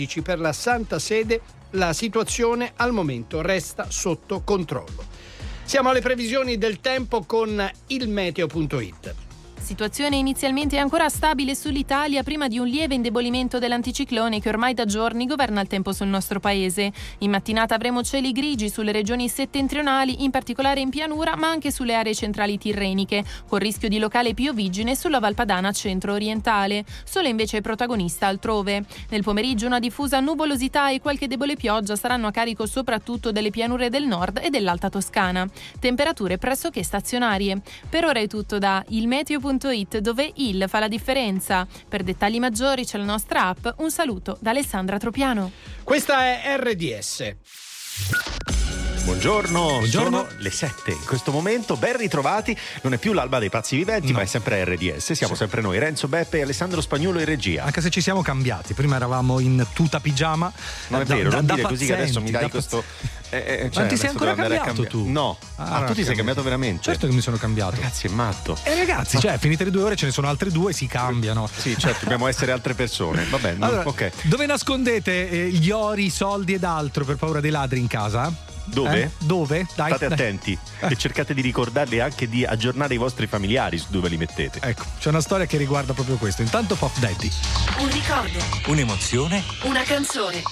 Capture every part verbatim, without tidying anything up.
per la Santa Sede, la situazione al momento resta sotto controllo. Siamo alle previsioni del tempo con il meteo punto it. Situazione inizialmente ancora stabile sull'Italia prima di un lieve indebolimento dell'anticiclone che ormai da giorni governa il tempo sul nostro paese. In mattinata avremo cieli grigi sulle regioni settentrionali, in particolare in pianura, ma anche sulle aree centrali tirreniche, con rischio di locale pioviggine sulla Valpadana centro-orientale. Sole invece è protagonista altrove. Nel pomeriggio una diffusa nuvolosità e qualche debole pioggia saranno a carico soprattutto delle pianure del nord e dell'Alta Toscana. Temperature pressoché stazionarie. Per ora è tutto da il meteo punto it, dove il fa la differenza. Per dettagli maggiori c'è la nostra app. Un saluto da Alessandra Tropiano. Questa è R D S. Buongiorno, Buongiorno, sono le sette. In questo momento ben ritrovati, non è più l'alba dei pazzi viventi, no. ma è sempre R D S. Siamo sì. sempre noi, Renzo, Beppe e Alessandro Spagnolo in regia. Anche se ci siamo cambiati, prima eravamo in tuta pigiama. Non è da, vero, da, non da dire così che adesso mi dai da questo eh, eh, Ma cioè, ti sei adesso ancora devo andare a cambiato cambiare. tu? No, Ah, ah, tu ti sei cambiato veramente? Certo che mi sono cambiato. Ragazzi, è matto. E ragazzi, cioè, finite le due ore ce ne sono altre due, si cambiano. Sì, certo, dobbiamo essere altre persone. Va bene, Allora, ok. dove nascondete eh, gli ori, i soldi ed altro per paura dei ladri in casa? Dove? Eh? Dove? Dai, State dai. attenti e cercate di ricordarli e anche di aggiornare i vostri familiari su dove li mettete. Ecco, c'è una storia che riguarda proprio questo. Intanto Puff Daddy. Un ricordo, Un'emozione, una canzone.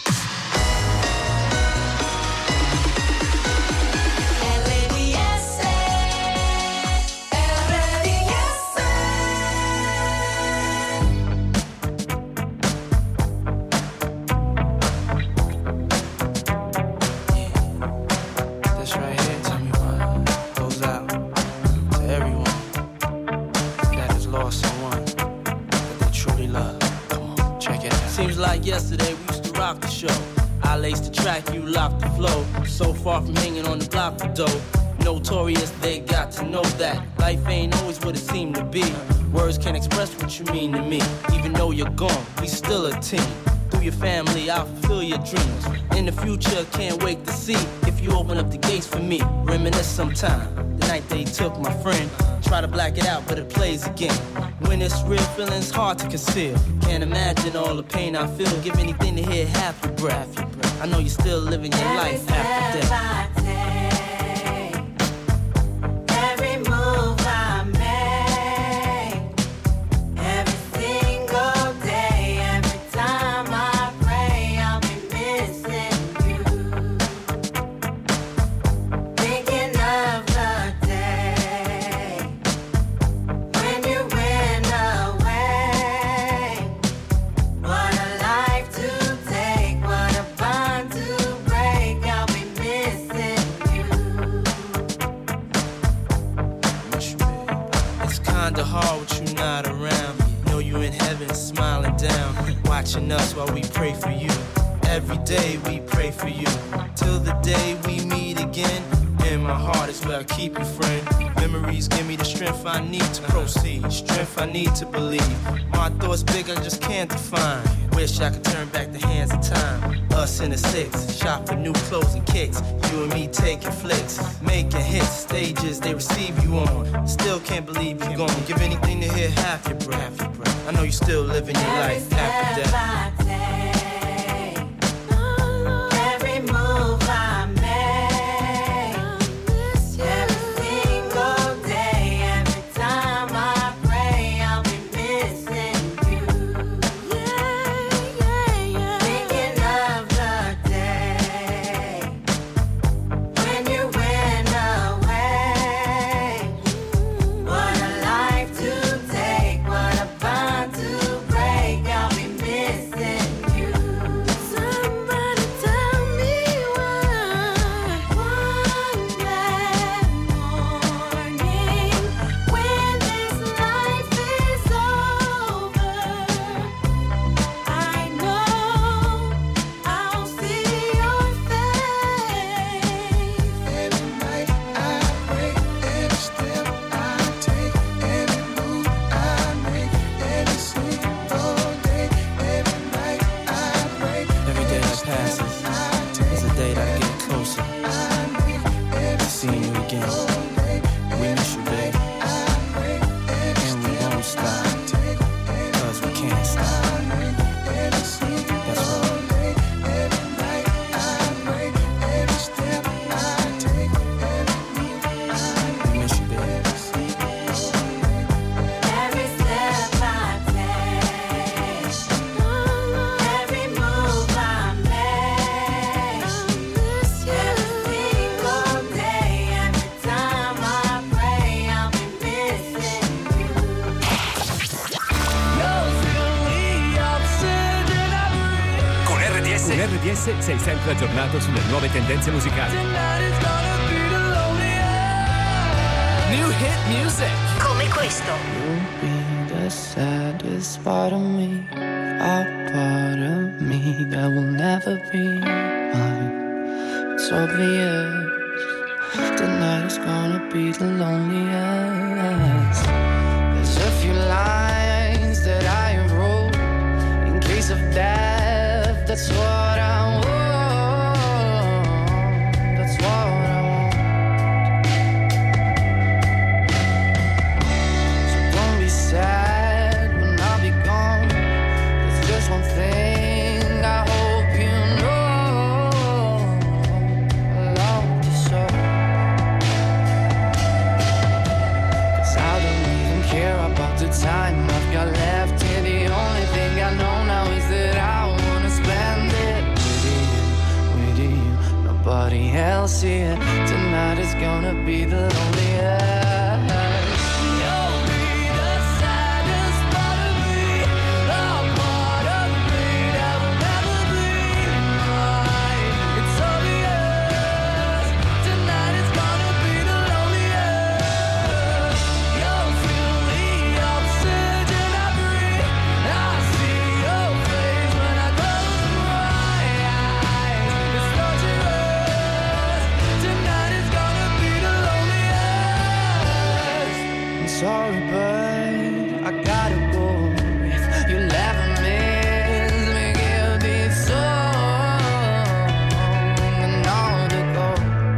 Like yesterday, we used to rock the show. I laced the track, you locked the flow. So far from hanging on the block for dough. Notorious, they got to know that life ain't always what it seemed to be. Words can't express what you mean to me. Even though you're gone, we still a team. Through your family, I'll fulfill your dreams. In the future, can't wait to see if you open up the gates for me. Reminisce sometime, the night they took my friend. Try to black it out, but it plays again. When it's real, feeling's hard to conceal. Can't imagine all the pain I feel. Give anything to hear half your breath. I know you're still living your life after death. Watching us while we pray for you. Every day we pray for you. Till the day we meet again. In my heart is where I keep you, friend. Memories give me the strength I need to proceed. Strength I need to believe. My thoughts big, I just can't define. Wish I could turn back the hands of time. Us in the six, shop for new clothes and kicks. You and me taking flicks, making hits. Stages they receive you on. Still can't believe you're gone. Give anything to hear half your breath. I know you're still living your life after death. Take what a bond to break. I'll be missing you. S. Con R D S sei sempre aggiornato sulle nuove tendenze musicali. New hit music. Come questo. You'll be the saddest part of me, a part of me that will never be mine. It's obvious. Tonight is gonna be the loneliest. There's a few lines that I wrote in case of death. That's what I want. That's what I want. So don't be sad when I'll be gone. There's just one thing I hope you know. I love you so. The time I've got left here, the only thing I know now is that I wanna spend it with you, with you, nobody else here. Tonight is gonna be the loneliest. You'll be the saddest part of me, a part of me that will never be mine. It's obvious, tonight is gonna be the loneliest. You'll feel the oxygen I breathe. I see your face when I close my eyes. It's torturous, tonight is gonna be the loneliest. I'm sorry, but I gotta go. If you'll ever miss me, give this song another go.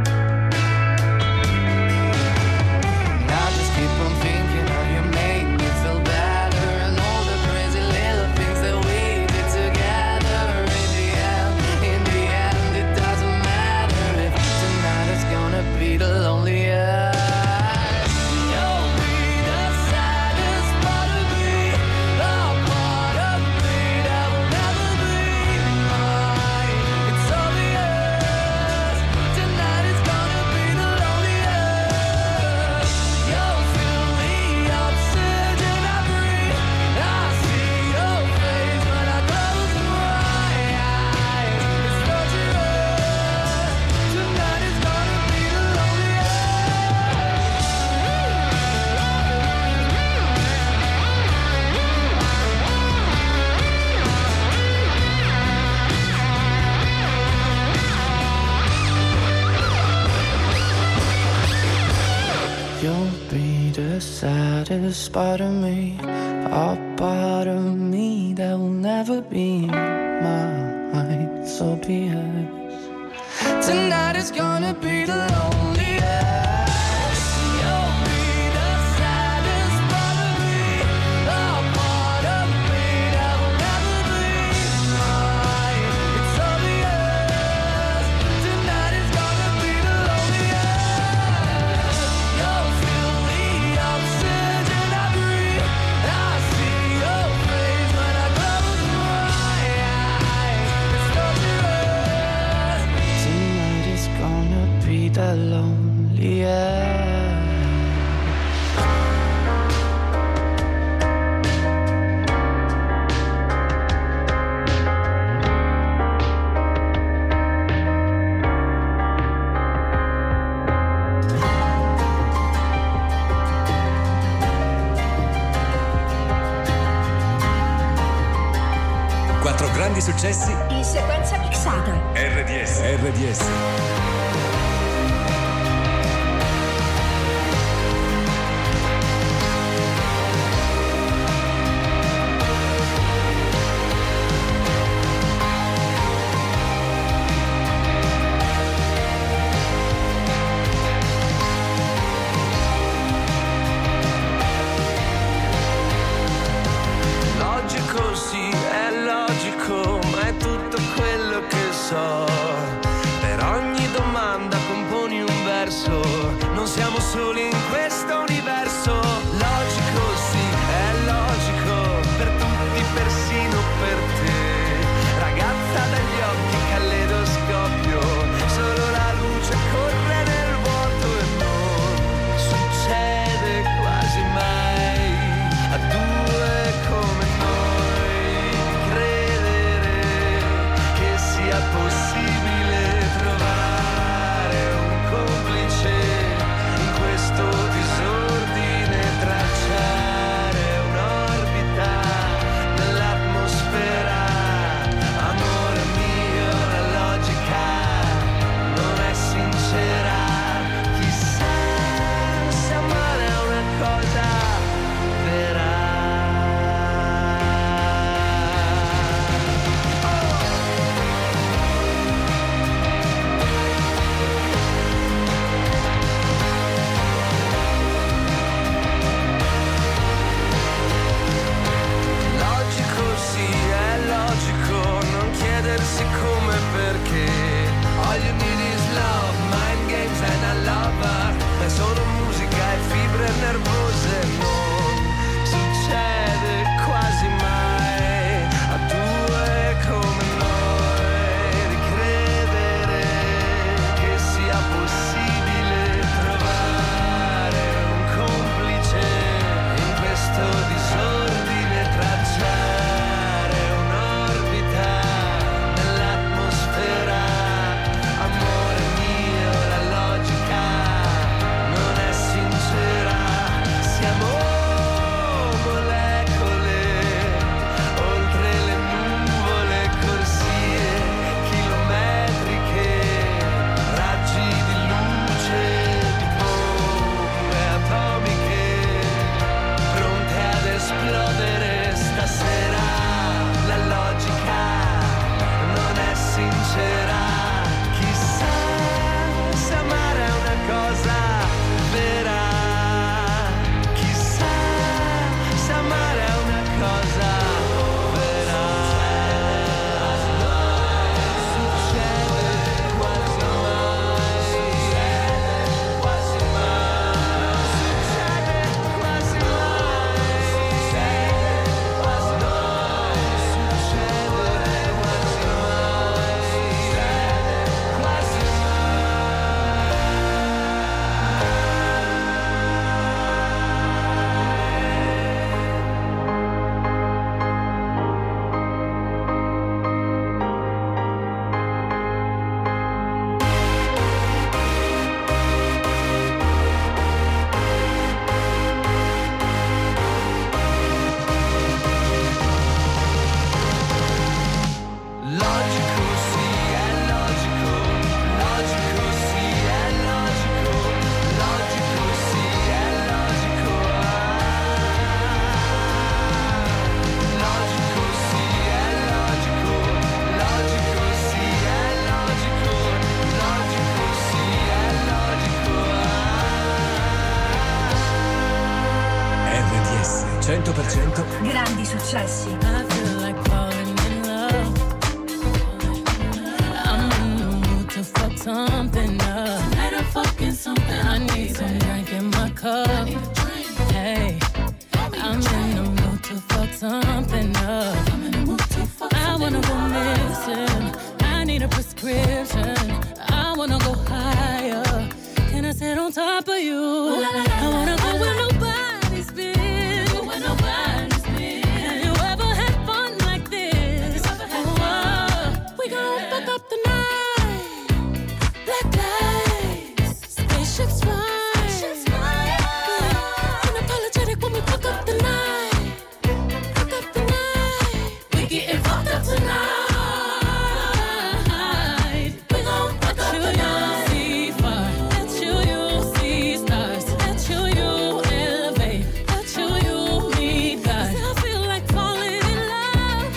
And I just keep on thinking how you made me feel better, and all the crazy little things that we did together. In the end, in the end, it doesn't matter if tonight is gonna be the loneliest. You'll be the saddest part of me, a part of me that will never be mine. It's obvious, tonight is gonna be the loneliest. You'll feel the oxygen I breathe. I see your face when I close my eyes. It's torturous, tonight is gonna be the loneliest. You'll be the saddest part of me, a part of me that will never be mine. It's obvious. Tonight is gonna be the loneliest. You'll be the saddest part of me, a part of me that will never be mine. It's obvious. Tonight is gonna be the loneliest. You'll feel the oxygen I breathe. I see your face when I close my eyes. It's torturous. Tonight is gonna be the loneliest. Quattro grandi successi In sequenza mixata. R D S. R D S. Logico, sì, è logico, ma è tutto quello che so. Per ogni domanda componi un verso. Non siamo soli in questo universo. Logico, sì, è logico, per tutti, persino per te. Ragazza dagli occhi, caleidoscopio, solo la luce corre nel vuoto e non succede quasi mai a due come noi credere che sia chiedersi come e perché. All you need is love, mind games and a lover. Ma sono musica e fibre nervose, non succede quasi mai a due come noi ricredere che sia possibile trovare un complice in questo disordine, tracciare un'orbita nell'atmosfera. Amore mio, la logica non è sincera, siamo molecole oltre le nuvole, corsie chilometriche, raggi di luce di bombe atomiche pronte ad esplodere stasera. La logica non è sincera. Chissà se amare è una cosa vera. Chissà se amare è una cosa vera. Succede quasi mai. Succede quasi mai. Succede quasi mai. Succede quasi mai. Succede quasi mai. Quasi logico, sì, è logico. Logico, sì, è logico. Logico, sì, è logico. Logico, sì, è logico. Logico, sì, è logico. Logico, sì, è logico. R D S cento per cento Grandi successi. I feel like falling in love. I'm in the mood to fuck something up. Tonight I'm fucking something. I need some drink in my cup. Hey, I'm in the mood to fuck something up. I wanna go missing. I need a prescription. I wanna go higher. Can I sit on top of you? I wanna go where nobody's been. Go where nobody's been. Have you ever had fun like this? Oh, we gon' fuck up the night. Black lights, spaceships fly. Unapologetic when we fuck up the night. Fuck up the night. We getting fucked up tonight. We gon' fuck up the night. See fire, let you, you see stars. Let you, you elevate. Let you, you meet God. 'Cause I feel like falling in love.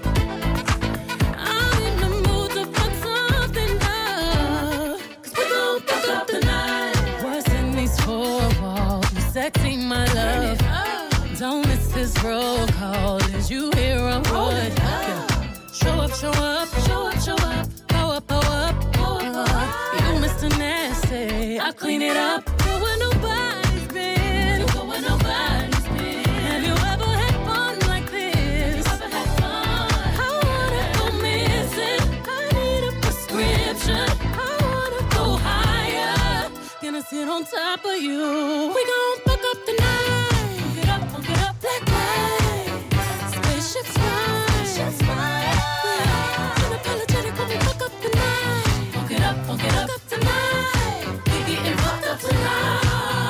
I'm in the mood to fuck something up. 'Cause we gon' fuck up the night. What's in these four walls? You sexy, my love. Don't miss this roll call. Is you here on wood? Show up, show up, show up, show up. Go up, go up, go up. You Mister Nasty, I'll clean it up. Go where nobody's been. Go where nobody's been. Have you ever had fun like this? Ever had fun? I wanna go missing. I need a prescription. I wanna go higher. Gonna sit on top of you. We gon' fuck up the night. Funk it up, funk it up. Black lights, spaceships fly. Spaceships fly. Unapologetic when we fuck up the night. Funk it up, funk it up. Fuck up the night. We getting fucked up tonight.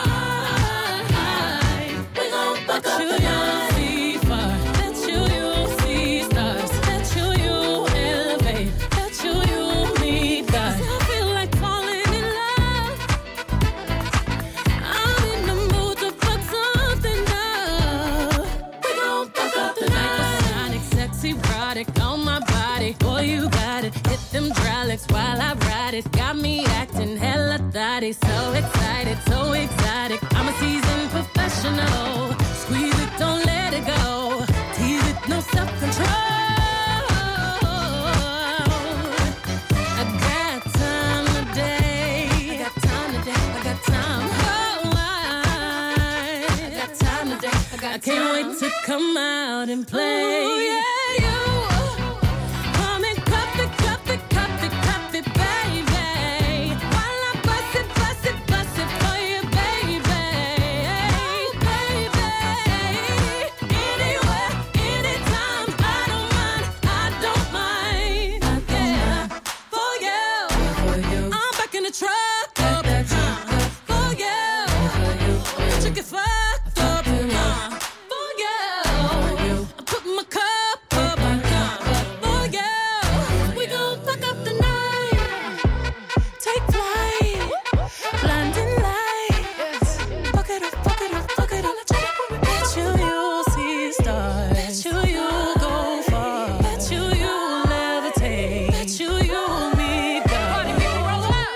We gon' fuck up the night. See fire, let you, you see stars. Let you, you elevate. Let you, you meet God. 'Cause I feel like falling in love. I'm in the mood to fuck something up. We gon' fuck up the night. Sonic, sexy, erotic on my body. Boy, you got it. Hit them hydraulics while I ride it. Got me acting hella thotty. So excited, so exotic. I'm a seasoned professional. Squeeze it, don't let it go. Tease it, no self-control. to come out and play. Ooh, yeah, you come and cup it, cup it, cup it, cup it, baby. While I bust it, bust it, bust it for you, baby. Hey, baby. Anywhere, anytime, I don't mind, I don't mind. Yeah, for you, I'm back in the truck. For you, chicken fucked up. For you, I put my cup up. For you, we gon' fuck up the night. Take flight, blinding lights. Fuck it up, fuck it up, fuck it up. Bet you you'll see stars. Bet you you'll go far. Bet you you'll levitate. Bet you you'll meet God. Party people roll out.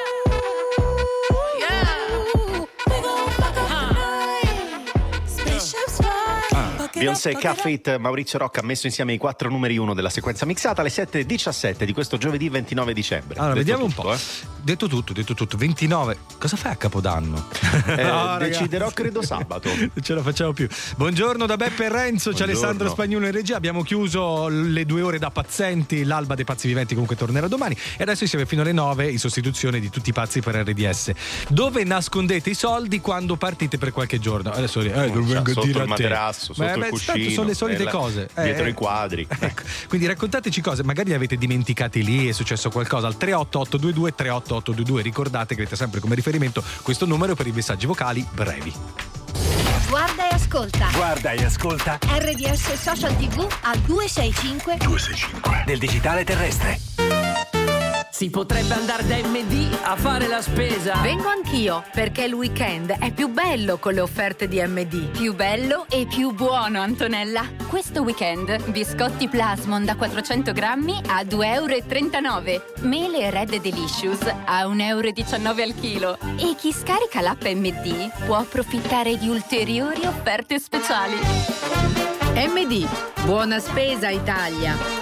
Yeah, we gon' fuck up the night. Spaceships fly. Beyoncé, Caffè It, Maurizio Rocca ha messo insieme i quattro numeri uno della sequenza mixata alle sette e diciassette di questo giovedì ventinove dicembre. Allora, Detto vediamo tutto, un po'. eh. Detto tutto, detto tutto. ventinove. Cosa fai a Capodanno? Eh, No, deciderò ragazzi. credo sabato. Non ce la facciamo più. Buongiorno da Beppe e Renzo, c'è Buongiorno. Alessandro Spagnolo in regia. Abbiamo chiuso le due ore da pazienti. L'alba dei pazzi viventi comunque tornerà domani. E adesso insieme fino alle nove in sostituzione di tutti i pazzi per R D S. Dove nascondete i soldi quando partite per qualche giorno? Adesso eh, non vengo a Sotto dire il a te. materasso, sotto Beh, il beh, cuscino, tanto sono le solite nella- cose. dietro Eh, i quadri. Ecco, quindi raccontateci cose, magari li avete dimenticati lì, è successo qualcosa al tre otto otto due due tre otto otto due due. Ricordate che avete sempre come riferimento questo numero per i messaggi vocali brevi. Guarda e ascolta. Guarda e ascolta R D S Social T V al duecentosessantacinque del digitale terrestre. Si potrebbe andare da M D a fare la spesa. Vengo anch'io, perché il weekend è più bello con le offerte di M D. Più bello e più buono, Antonella. Questo weekend biscotti Plasmon da quattrocento grammi a due e trentanove euro. Mele e Red Delicious a un e diciannove euro al chilo. E chi scarica l'app M D può approfittare di ulteriori offerte speciali. M D, buona spesa Italia.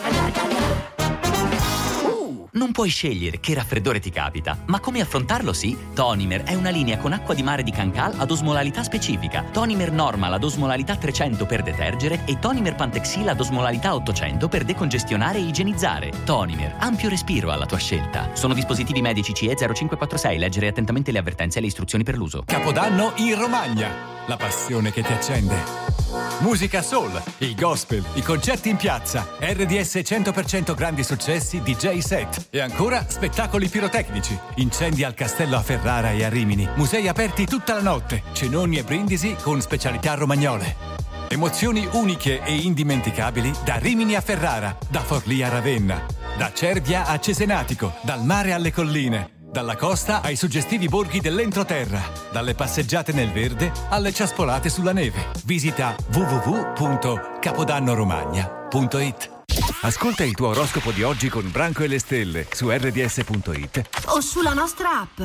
Non puoi scegliere che raffreddore ti capita, ma come affrontarlo sì? Tonimer è una linea con acqua di mare di Cancal ad osmolarità specifica, Tonimer Normal ad osmolarità trecento per detergere e Tonimer Pantexil ad osmolarità ottocento per decongestionare e igienizzare. Tonimer, ampio respiro alla tua scelta. Sono dispositivi medici C E zero cinque quattro sei, leggere attentamente le avvertenze e le istruzioni per l'uso. Capodanno in Romagna, la passione che ti accende. Musica soul, il gospel, i concerti in piazza, R D S cento per cento grandi successi D J set e ancora spettacoli pirotecnici, incendi al castello a Ferrara e a Rimini, musei aperti tutta la notte, cenoni e brindisi con specialità romagnole. Emozioni uniche e indimenticabili da Rimini a Ferrara, da Forlì a Ravenna, da Cervia a Cesenatico, dal mare alle colline, dalla costa ai suggestivi borghi dell'entroterra, dalle passeggiate nel verde alle ciaspolate sulla neve. Visita w w w punto capodannoromagna punto it. Ascolta il tuo oroscopo di oggi con Branco e le stelle su R D S punto it o sulla nostra app.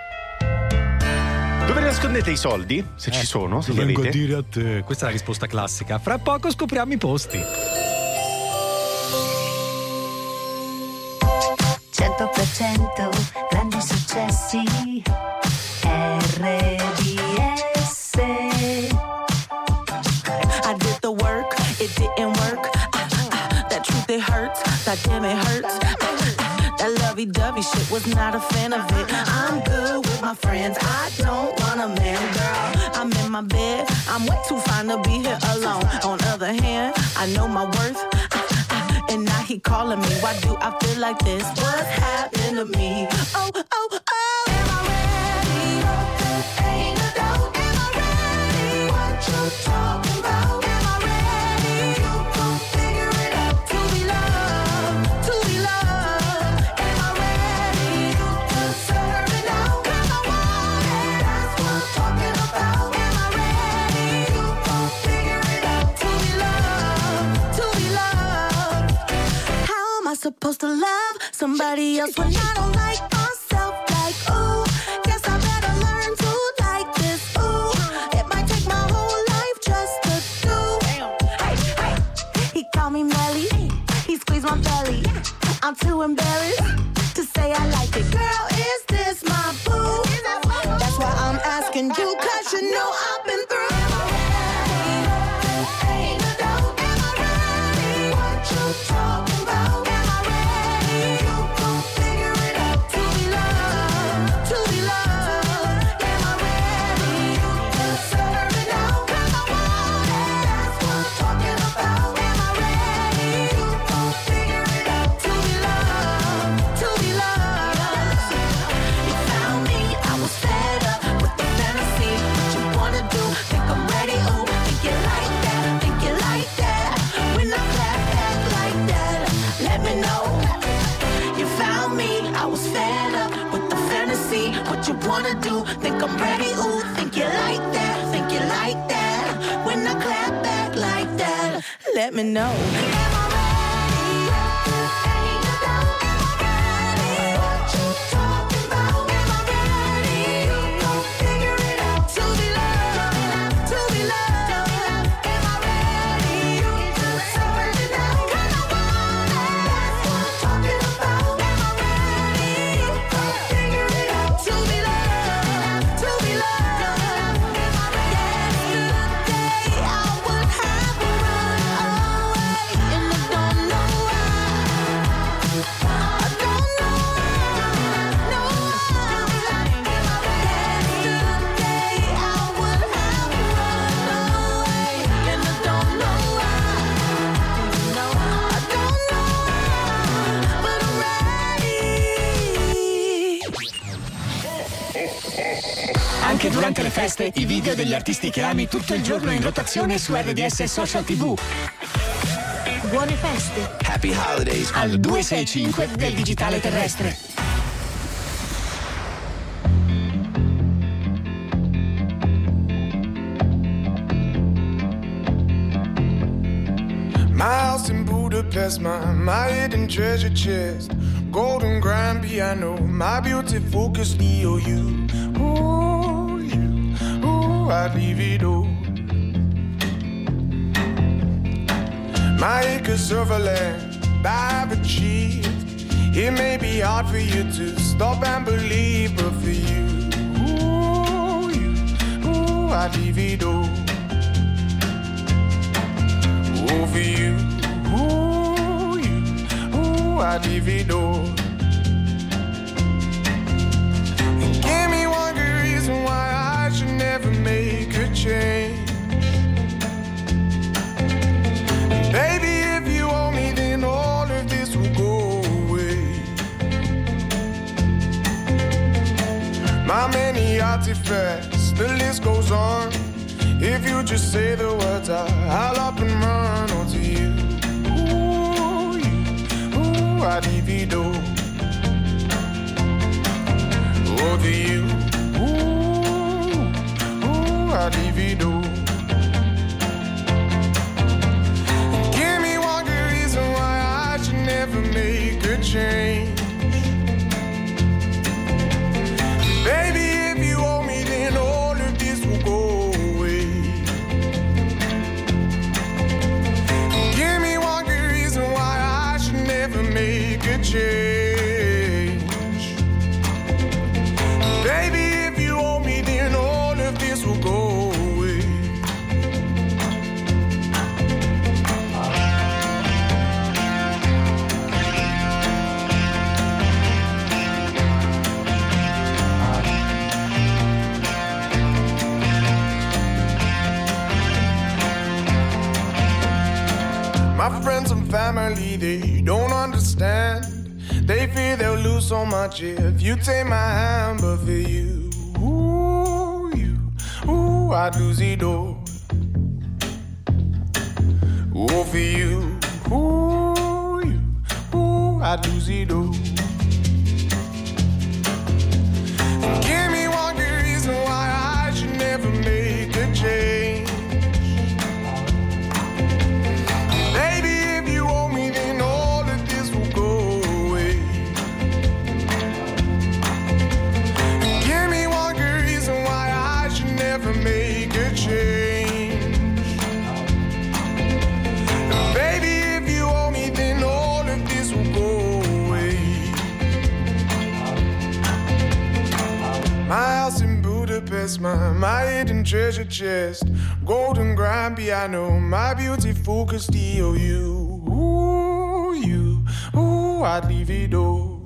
Dove nascondete i soldi? Se Eh, ci sono, se lo li vengo avete. a dire a te. Questa è la risposta classica. Fra poco scopriamo i posti. cento per cento grandi successi R D S. I did the work, it didn't work. Ah, ah, that truth it hurts, that damn it hurts. Ah, ah, that lovey-dovey shit was not a fan of it. I'm good with my friends, I don't want a man, girl. I'm in my bed, I'm way too fine to be here alone. On other hand, I know my worth. And now he calling me. Why do I feel like this? What's happened to me? Oh, oh, oh. Am I ready? Ain't no doubt. Am I ready? What you talking about? Am I ready? You gon' figure it out. To be loved, to be loved. Am I ready? You deserve it now. 'Cause I want it. That's what I'm talking about. Am I ready? You gon' figure it out. To be loved, to be loved. How am I supposed to love somebody else when I don't like myself? Like, ooh, guess I better learn to like this. Ooh, it might take my whole life just to do. Hey, hey. He called me Melly, he squeezed my belly. I'm too embarrassed to say I like it. Girl, is this my boo? That's why I'm asking you, 'cause you know I've been through. found me. I was fed up with the fantasy. What you wanna do? Think I'm ready? Ooh, think you like that? Think you like that? When I clap back like that, let me know. Anche durante le feste, i video degli artisti che ami tutto il giorno in rotazione su R D S Social ti vu. Buone feste. Happy Holidays al duecentosessantacinque del digitale terrestre. My house in Budapest, my, my hidden treasure chest, golden grand piano, my beauty focus E O U. Ooh, you, ooh, I'd leave it all. My acres of land I've achieved. It may be hard for you to stop and believe, but for you, ooh, you, ooh, I'd leave it all. Ooh, for you, ooh, you, ooh, I'd leave it all. And give me one good reason why I should never make a change. And baby, if you owe me, then all of this will go away. My many artifacts, the list goes on. If you just say the words, I, I'll up and run onto you. Ooh, you, ooh, I'd divido. Over you, ooh, ooh, I'd divido. Give me one good reason why I should never make a change. Baby, if you owe me, then all of this will go. Make a change. Baby, if you owe me, then all of this will go away. My friends and family, they don't understand. They fear they'll lose so much if you take my hand. But for you, ooh, you, ooh, I'd lose it all. Ooh, for you, ooh, you, ooh, I'd lose it all. Give me one good reason why I should never make a change. Make a change. Baby, if you owe me, then all of this will go away. My house in Budapest, my, my hidden treasure chest, golden grand piano, my beauty focus E O U. Ooh, you, ooh, I'd leave it all.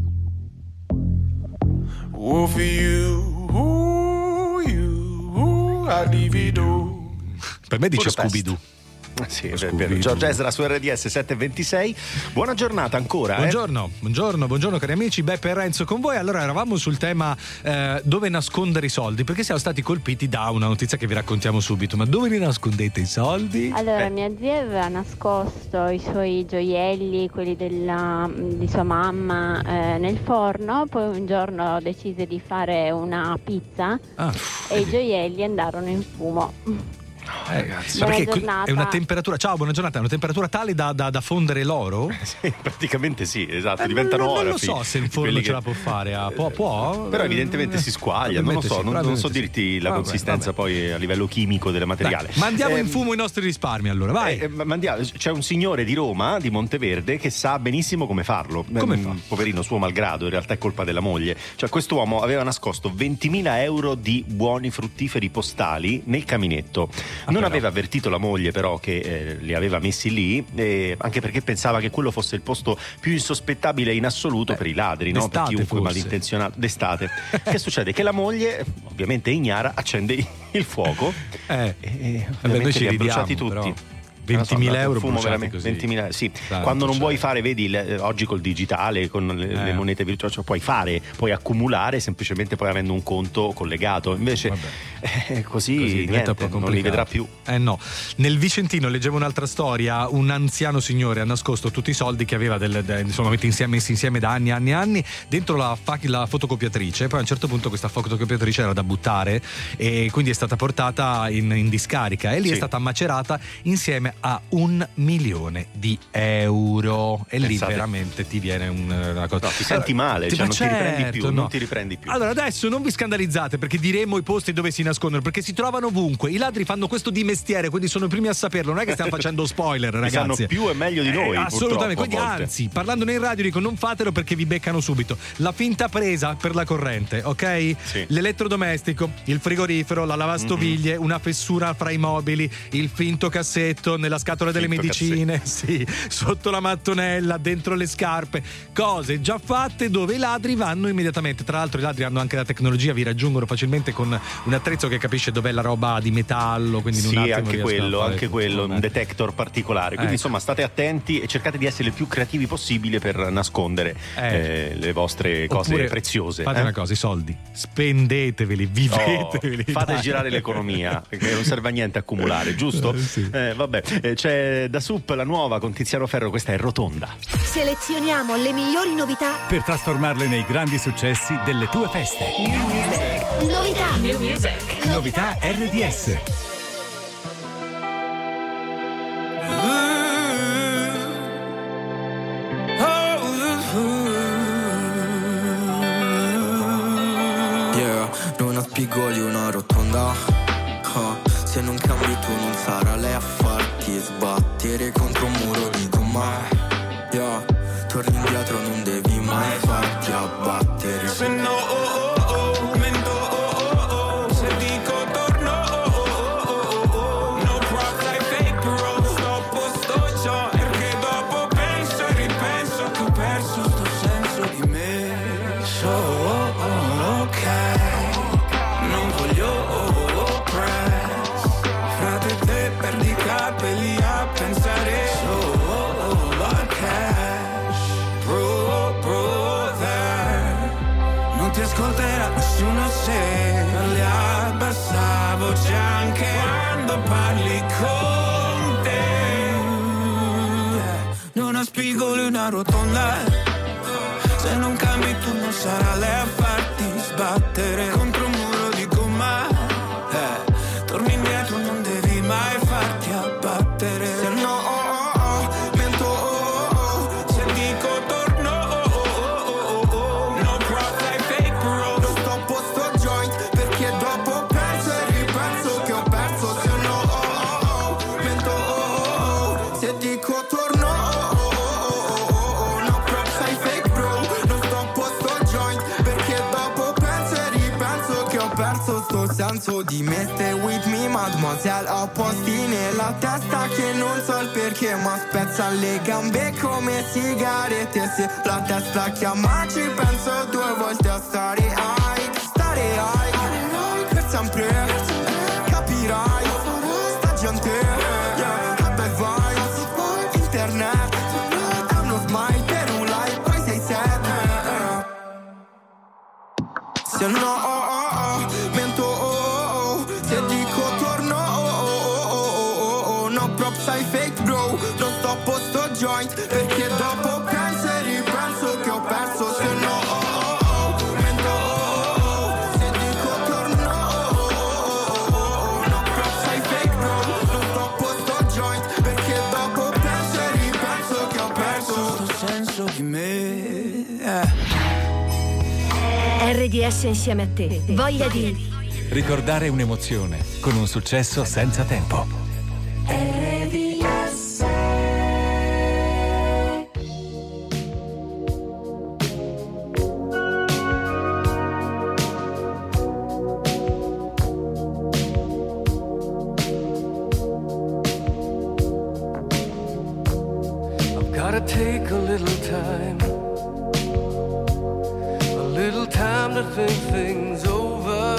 Ooh, for you, ooh, you. Per me dice Scooby-Doo. Sì, è vero. Giorgio Ezra su R D S sette e ventisei. Buona giornata ancora. Buongiorno, eh? buongiorno, buongiorno cari amici. Beppe e Renzo con voi. Allora, eravamo sul tema eh, dove nascondere i soldi, perché siamo stati colpiti da una notizia che vi raccontiamo subito. Ma dove li nascondete i soldi? Allora, Eh. mia zia aveva nascosto i suoi gioielli, quelli della, di sua mamma, eh, nel forno. Poi un giorno decise di fare una pizza Ah, e i gioielli andarono in fumo. Eh, ragazzi, Buona perché giornata. è una temperatura, ciao, buona giornata, è una temperatura tale da, da, da fondere l'oro? Sì, praticamente sì, esatto, Eh, diventano non, non lo orafi. so se in forno Quelli ce che- la può fare. ah, può, può? Però evidentemente si squaglia, non lo so, Probabilmente non, non sì, so probabilmente dirti la Vabbè, consistenza vabbè. poi a livello chimico del materiale. Dai, mandiamo in Ehm, fumo i nostri risparmi allora, vai. Eh, ma- mandiamo- c'è un signore di Roma, di Monteverde, che sa benissimo come farlo. Come Ehm, fa? Poverino, suo malgrado, in realtà è colpa della moglie. Cioè, quest'uomo aveva nascosto ventimila euro di buoni fruttiferi postali nel caminetto. non però. aveva avvertito la moglie, però, che eh, li aveva messi lì, eh, anche perché pensava che quello fosse il posto più insospettabile in assoluto per i ladri, no? Per d'estate chiunque forse. malintenzionato. D'estate. Che succede? Che la moglie, ovviamente ignara, accende il fuoco Eh, e vabbè, noi ovviamente ci li ha ridiamo, bruciati tutti. però. Non lo so, ventimila un euro fumo bruciati veramente- così. ventimila sì. Dai, Quando non cioè. vuoi fare, vedi, il- oggi col digitale, con le, Eh. le monete virtuali, cioè puoi fare, puoi accumulare semplicemente poi avendo un conto collegato. Invece eh, così, Così diventa niente, un po' non li complicato. vedrà più. Eh no, nel Vicentino leggevo un'altra storia, un anziano signore ha nascosto tutti i soldi che aveva del, de- insomma messi insieme, messi insieme da anni e anni e anni dentro la, fa- la fotocopiatrice. Poi a un certo punto questa fotocopiatrice era da buttare e quindi è stata portata in, in discarica e lì Sì. è stata macerata insieme a un milione di euro e lì Pensate. veramente ti viene un- una cosa. No, ti senti male, Ti- cioè ma non ti riprendi più, certo, non no. ti riprendi più. Allora adesso non vi scandalizzate perché diremo i posti dove si nascondono, perché si trovano ovunque. I ladri fanno questo di mestiere, quindi sono i primi a saperlo. Non è che stiamo facendo spoiler, Ne ragazzi. sanno più e meglio di noi, Eh, assolutamente. purtroppo, a Quindi, volte. anzi, parlandone in radio, dico non fatelo perché vi beccano subito. La finta presa per la corrente, ok? Sì. L'elettrodomestico, il frigorifero, la lavastoviglie, una fessura fra i mobili, il finto cassetto nella scatola delle Finto medicine, sì, sotto la mattonella, dentro le scarpe, cose già fatte dove i ladri vanno immediatamente. Tra l'altro i ladri hanno anche la tecnologia, vi raggiungono facilmente con un attrezzo che capisce dov'è la roba di metallo, quindi in un Sì, attimo anche riescono a quello, fare anche tutto. quello, un Vabbè. detector particolare. Quindi Ecco. insomma state attenti e cercate di essere il più creativi possibile per nascondere Eh. eh, le vostre cose Oppure preziose. Fate eh? una cosa, i soldi spendeteveli, viveteveli. Oh, fate dai. girare l'economia, perché non serve a niente accumulare, giusto? Eh, sì. Eh, vabbè, Eh, c'è Da Sup, la nuova con Tiziano Ferro, questa è Rotonda. Selezioniamo le migliori novità. Per trasformarle nei grandi successi delle tue feste. Novità. New music. Novità R D S. Yeah, non ha spigoli una rotonda. Ah, se non cambi tu non sarà lei a farti sbattere contro un muro di gomma. Yeah, torni indietro non devi mai farti abbattere. Se no, oh, oh, oh, mento, oh, oh, oh. Se dico torno, oh, oh, oh, oh, oh. No props like fake bro. Sto posto già, perché dopo penso e ripenso che ho perso sto senso di me. So, oh, oh, ok. Non voglio oh, oh, press. Frate te perdi i capelli a pensare. So, oh, oh, a cash. Bro, brother. Non ti ascolterà nessuno se parli a bassa voce anche quando parli con te. Non ha spigoli una rotonda. Se non cambi tu non sarà lei a farti sbattere contro un muro di gomma. Eh, torni indietro non devi mai farti abbattere. Se no, oh, oh, oh, mento, oh, oh, oh. Se dico torno, oh, oh, oh, oh, oh. No props like fake bro. Non sto a posto joint perché dopo penso e ripenso che ho perso. Se no, oh, oh, oh, mento, oh, oh, oh. Se dico torno, oh, oh, oh, oh, oh. No props ai fake bro. Non sto a posto joint perché dopo penso e ripenso che ho perso sto senso di me. Stay with me mademoiselle, ho posti nella testa che non so il perché ma spezzano le gambe come sigarette. Se la testa chiama ci penso due volte a stare high, stare high per sempre, capirai sta gente, yeah, a te se no oh, oh, oh, mento oh, oh, oh. Se dico torno oh, oh, oh, oh, oh, oh. No props ai fake bro, non sto a posto joint, perché dopo penso e ripenso che ho perso, se no oh, oh, oh, mento oh, oh, oh. Se dico torno oh, oh, oh, oh. No props ai fake bro, non sto a posto joint, perché dopo penso e ripenso che ho perso sto senso di me, eh. R D S insieme a te. Voglia di Ricordare un'emozione con un successo senza tempo. R D S. I've gotta take a little time, a little time to think things over.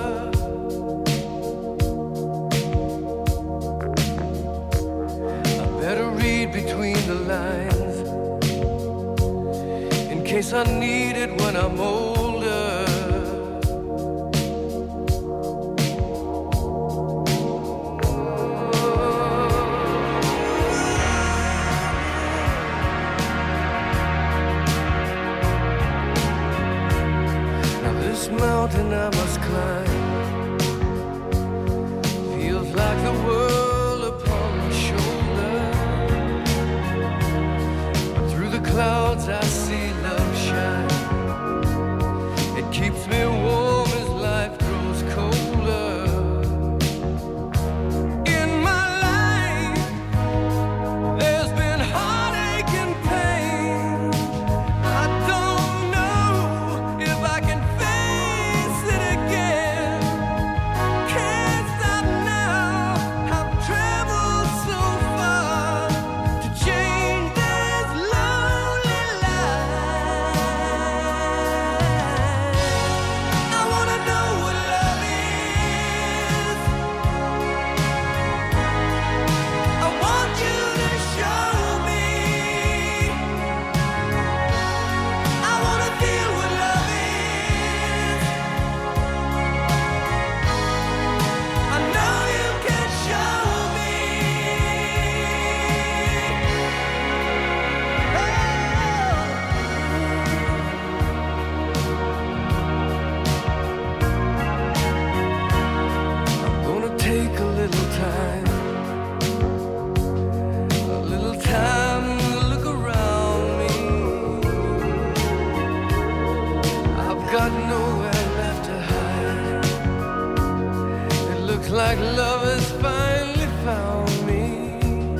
I better read between the lines in case I need it when I'm older. This mountain I must climb feels like the world upon my shoulder. But through the clouds I see love shine. It keeps me warm as life grows colder. In my life there's been heartache and pain. I don't know if I can like love has finally found me.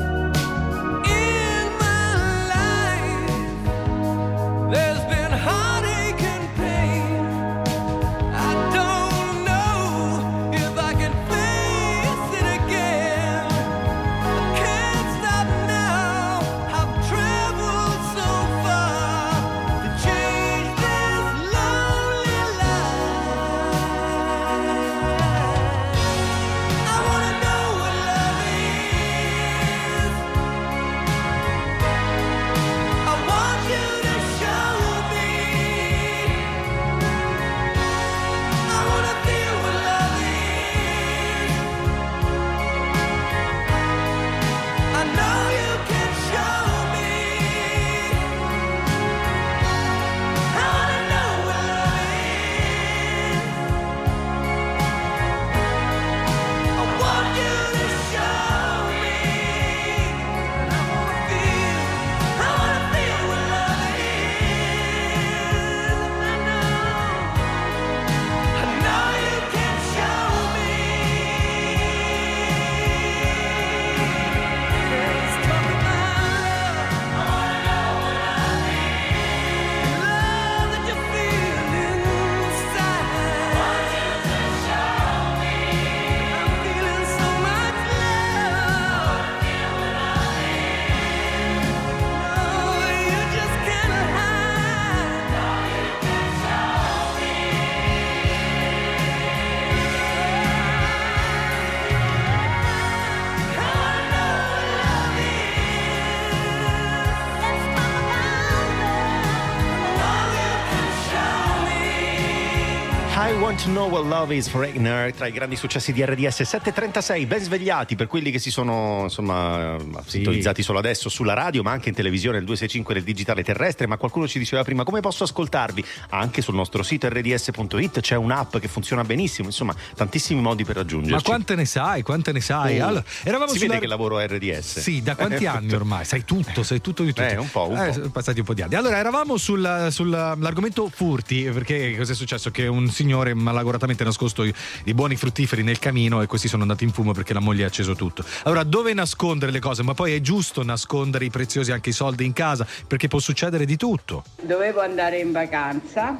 In my life there's been heartache and pain. I don't know if I can face it again. I can't stop now. I've traveled so far to change this lonely life. I wanna know what I Want to Know What Love Is for Eigner, tra i grandi successi di R D S. Sette e trentasei, ben svegliati per quelli che si sono insomma sì. sintonizzati solo adesso sulla radio, ma anche in televisione, il duecentosessantacinque del digitale terrestre. Ma qualcuno ci diceva prima: come posso ascoltarvi? Anche sul nostro sito R D S punto it c'è un'app che funziona benissimo, insomma tantissimi modi per raggiungerci. Ma quante ne sai, quante ne sai? Oh. Allora, eravamo si sulla... vede che lavoro a R D S. Sì, da quanti anni ormai? Sai tutto, sai tutto di tutto. Eh, un po', un eh, po'. Sono passati un po' di anni. Allora, eravamo sul, sull'argomento furti, perché cos'è successo? Che un signore malagoratamente nascosto i, i buoni fruttiferi nel camino e questi sono andati in fumo perché la moglie ha acceso tutto. Allora, dove nascondere le cose? Ma poi è giusto nascondere i preziosi, anche i soldi in casa, perché può succedere di tutto. Dovevo andare in vacanza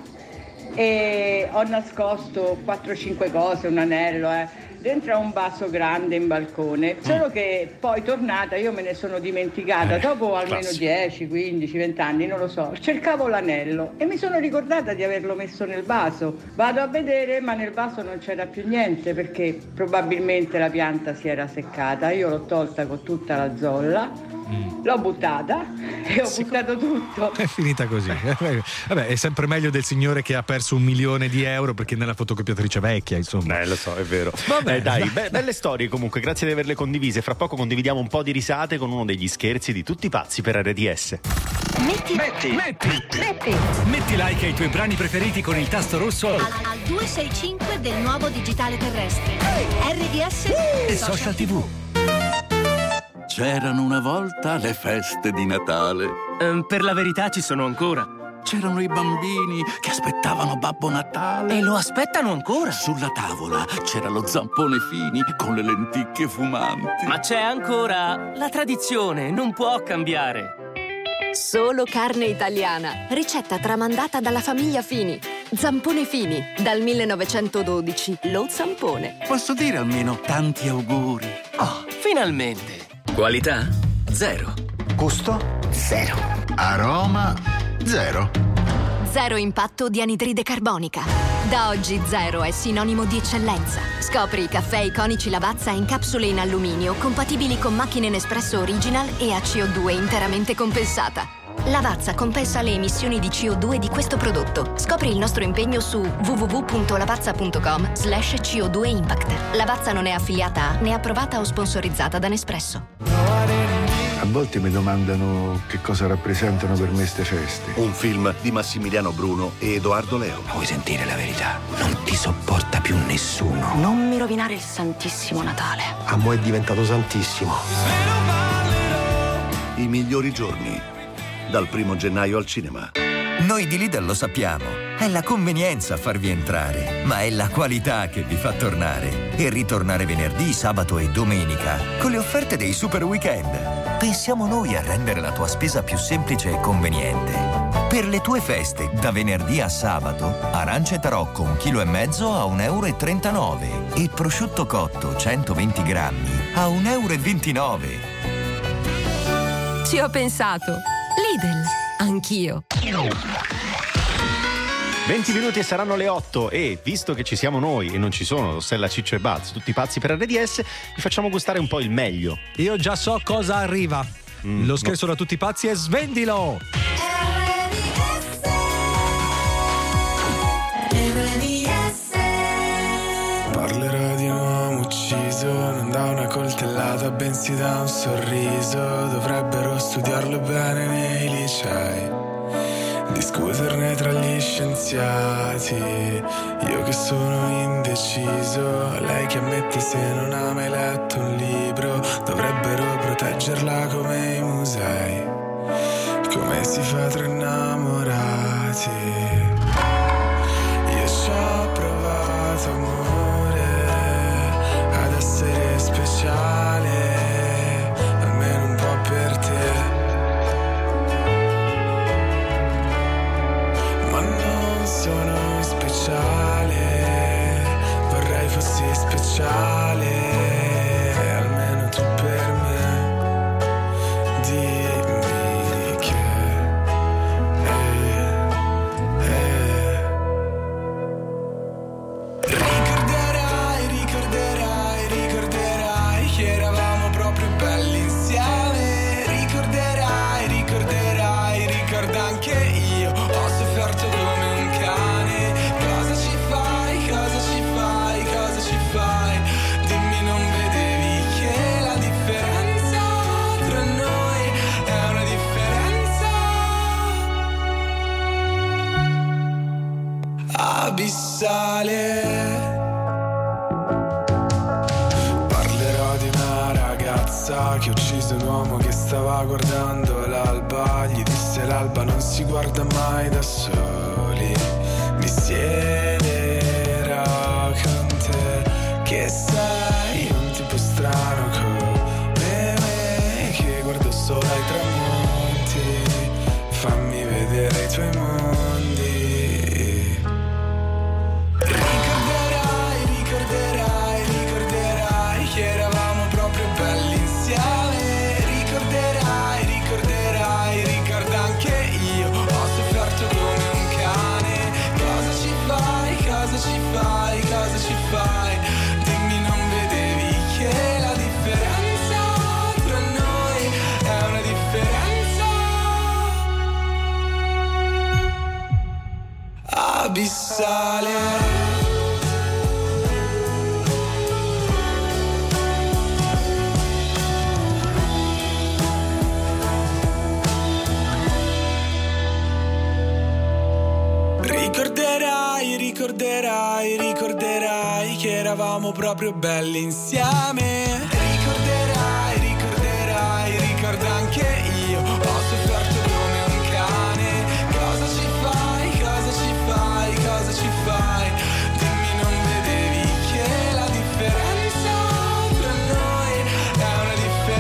e ho nascosto quattro cinque cose, un anello, eh, dentro a un vaso grande in balcone, solo che poi tornata io me ne sono dimenticata, Eh, dopo almeno classico. dieci, quindici, venti anni, non lo so, cercavo l'anello e mi sono ricordata di averlo messo nel vaso. Vado a vedere, ma nel vaso non c'era più niente perché probabilmente la pianta si era seccata. Io l'ho tolta con tutta la zolla, l'ho buttata e ho buttato tutto. È finita così. Vabbè, è sempre meglio del signore che ha perso un milione di euro perché nella fotocopiatrice vecchia, insomma. Eh, lo so, è vero. Vabbè, Eh, dai, dai. be- belle storie comunque, grazie di averle condivise. Fra poco condividiamo un po' di risate con uno degli scherzi di tutti pazzi per R D S. Metti, metti, metti, metti, metti like ai tuoi brani preferiti con il tasto rosso Al, al duecentosessantacinque del nuovo digitale terrestre. R D S e social tivù. C'erano una volta le feste di Natale. per la verità ci sono ancora. C'erano i bambini che aspettavano Babbo Natale. E lo aspettano ancora. Sulla tavola c'era lo zampone Fini con le lenticchie fumanti. Ma c'è ancora la tradizione, non può cambiare. Solo carne italiana. Ricetta tramandata dalla famiglia Fini. Zampone Fini, dal millenovecentododici. Lo zampone. Posso dire almeno tanti auguri? Oh, finalmente. Qualità? Zero. Gusto? Zero. Aroma? Zero. Zero impatto di anidride carbonica. Da oggi zero è sinonimo di eccellenza. Scopri i caffè iconici Lavazza in capsule in alluminio compatibili con macchine Nespresso Original e a C O due interamente compensata. Lavazza compensa le emissioni di C O due di questo prodotto. Scopri il nostro impegno su w w w punto lavazza punto com slash C O due impact. Lavazza non è affiliata a né approvata o sponsorizzata da Nespresso. A volte mi domandano che cosa rappresentano per me ste feste. Un film di Massimiliano Bruno e Edoardo Leo. Vuoi sentire la verità? Non ti sopporta più nessuno. Non mi rovinare il Santissimo Natale. A mo' è diventato santissimo. I migliori giorni. Dal primo gennaio al cinema. Noi di Lidl lo sappiamo. È la convenienza a farvi entrare, ma è la qualità che vi fa tornare. E ritornare venerdì, sabato e domenica con le offerte dei super weekend. Pensiamo noi a rendere la tua spesa più semplice e conveniente. Per le tue feste, da venerdì a sabato, arance tarocco un chilo e mezzo a un euro e trentanove e prosciutto cotto centoventi grammi a un euro e ventinove. Ci ho pensato. Lidl, anch'io. venti minuti e saranno le otto e visto che ci siamo noi e non ci sono Rossella, Ciccio e Buzz, tutti pazzi per R D S, vi facciamo gustare un po' il meglio. Io già so cosa arriva. Mm, Lo scherzo no. da tutti pazzi è svendilo. Parlerò di un uomo ucciso, non da una coltellata, bensì da un sorriso. Dovrebbero studiarlo bene nei licei, discuterne tra gli scienziati. Io che sono indeciso, lei che ammette se non ha mai letto un libro. Dovrebbero proteggerla come i musei, come si fa tra innamorati. Io ci ho provato amore, ad essere speciale, almeno un po' per te. Ma non sono speciale, vorrei fossi speciale, almeno tu per me. Dimmi che eh, eh. Ricorderai, ricorderai, ricorderai che eravamo proprio belli insieme. Ricorderai, ricorderai, ricorda anche io. Ho sofferto come un cane. Cosa ci fai abissale. Parlerò di una ragazza che uccise un uomo che stava guardando l'alba. Gli disse l'alba non si guarda mai da soli. Mi siederò con te, che sei un tipo strano come me, che guardo solo ai tramonti. Fammi vedere i tuoi mondi. Ricorderai, ricorderai, ricorderai che eravamo proprio belli insieme. Ricorderai, ricorderai, ricorda anche io, ho sofferto come un cane. Cosa ci fai, cosa ci fai, cosa ci fai? Dimmi, non vedevi che la differenza tra noi è una differenza abissale. Ricorderai, ricorderai, ricorderai che eravamo proprio belli insieme. Ricorderai, ricorderai, ricorda anche io, ho sofferto come un cane. Cosa ci fai, cosa ci fai, cosa ci fai? Dimmi, non vedevi che la differenza tra noi è una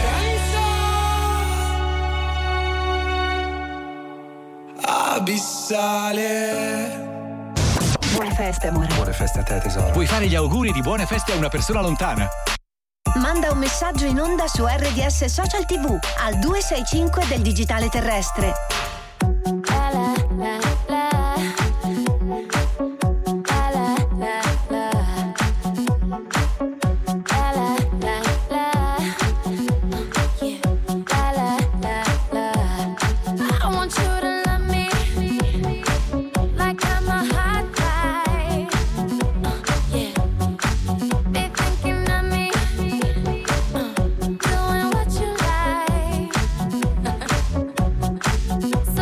differenza abissale. Buone feste, amore. Buone feste a te, tesoro. Puoi fare gli auguri di buone feste a una persona lontana. Manda un messaggio in onda su R D S Social T V al due sei cinque del digitale terrestre. Doing what you like.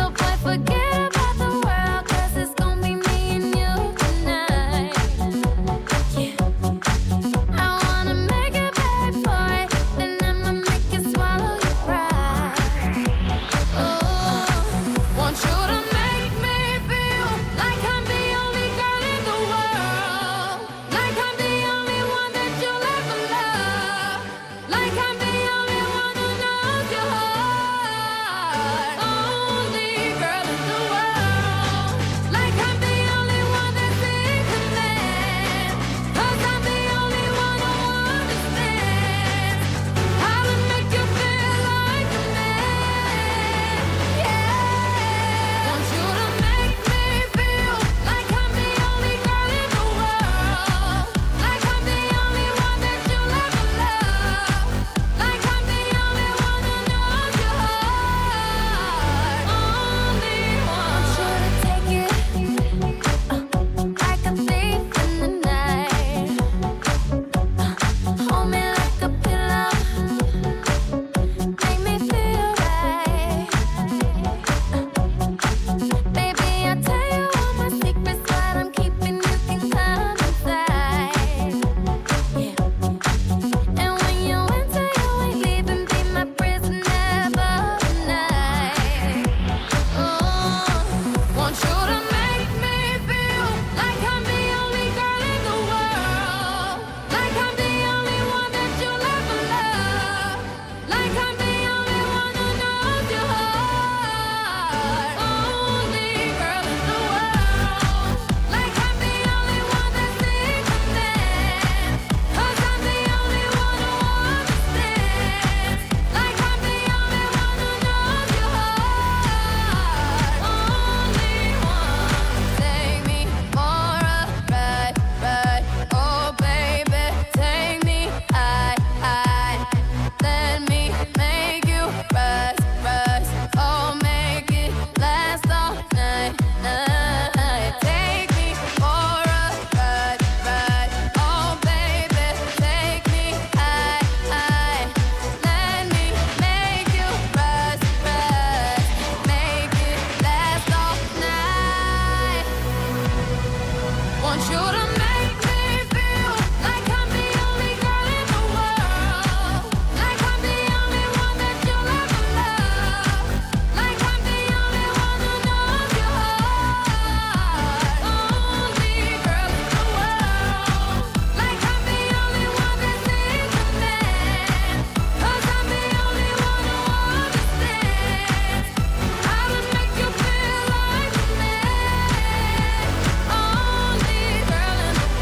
want you to make me feel like I'm the only girl in the world, like I'm the only one that you'll ever love, like I'm the only one who knows your heart, only girl in the world, like I'm the only one that sees the man, 'cause I'm the only one who understands how to make you feel like a man, only girl in the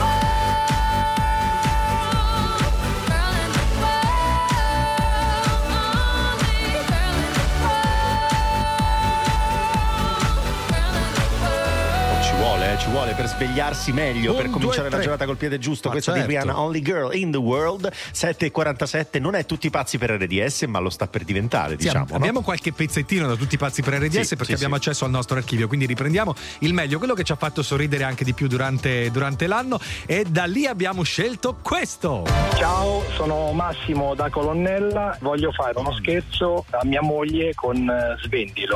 world, girl in the world, only girl in the Ci vuole, eh, ci vuole per svegliarsi meglio, Un, per cominciare due, la tre. giornata col piede giusto. Ma Questa certo. di Rihanna, Only Girl in the World. Sette e quarantasette. Non è tutti pazzi per R D S, ma lo sta per diventare, Sì, diciamo. no? abbiamo qualche pezzettino da tutti i pazzi per R D S, Sì, perché sì, abbiamo sì. accesso al nostro archivio, quindi riprendiamo il meglio, quello che ci ha fatto sorridere anche di più durante, durante l'anno, e da lì abbiamo scelto questo. Ciao, sono Massimo da Colonnella, voglio fare uno scherzo a mia moglie con eh, Svendilo.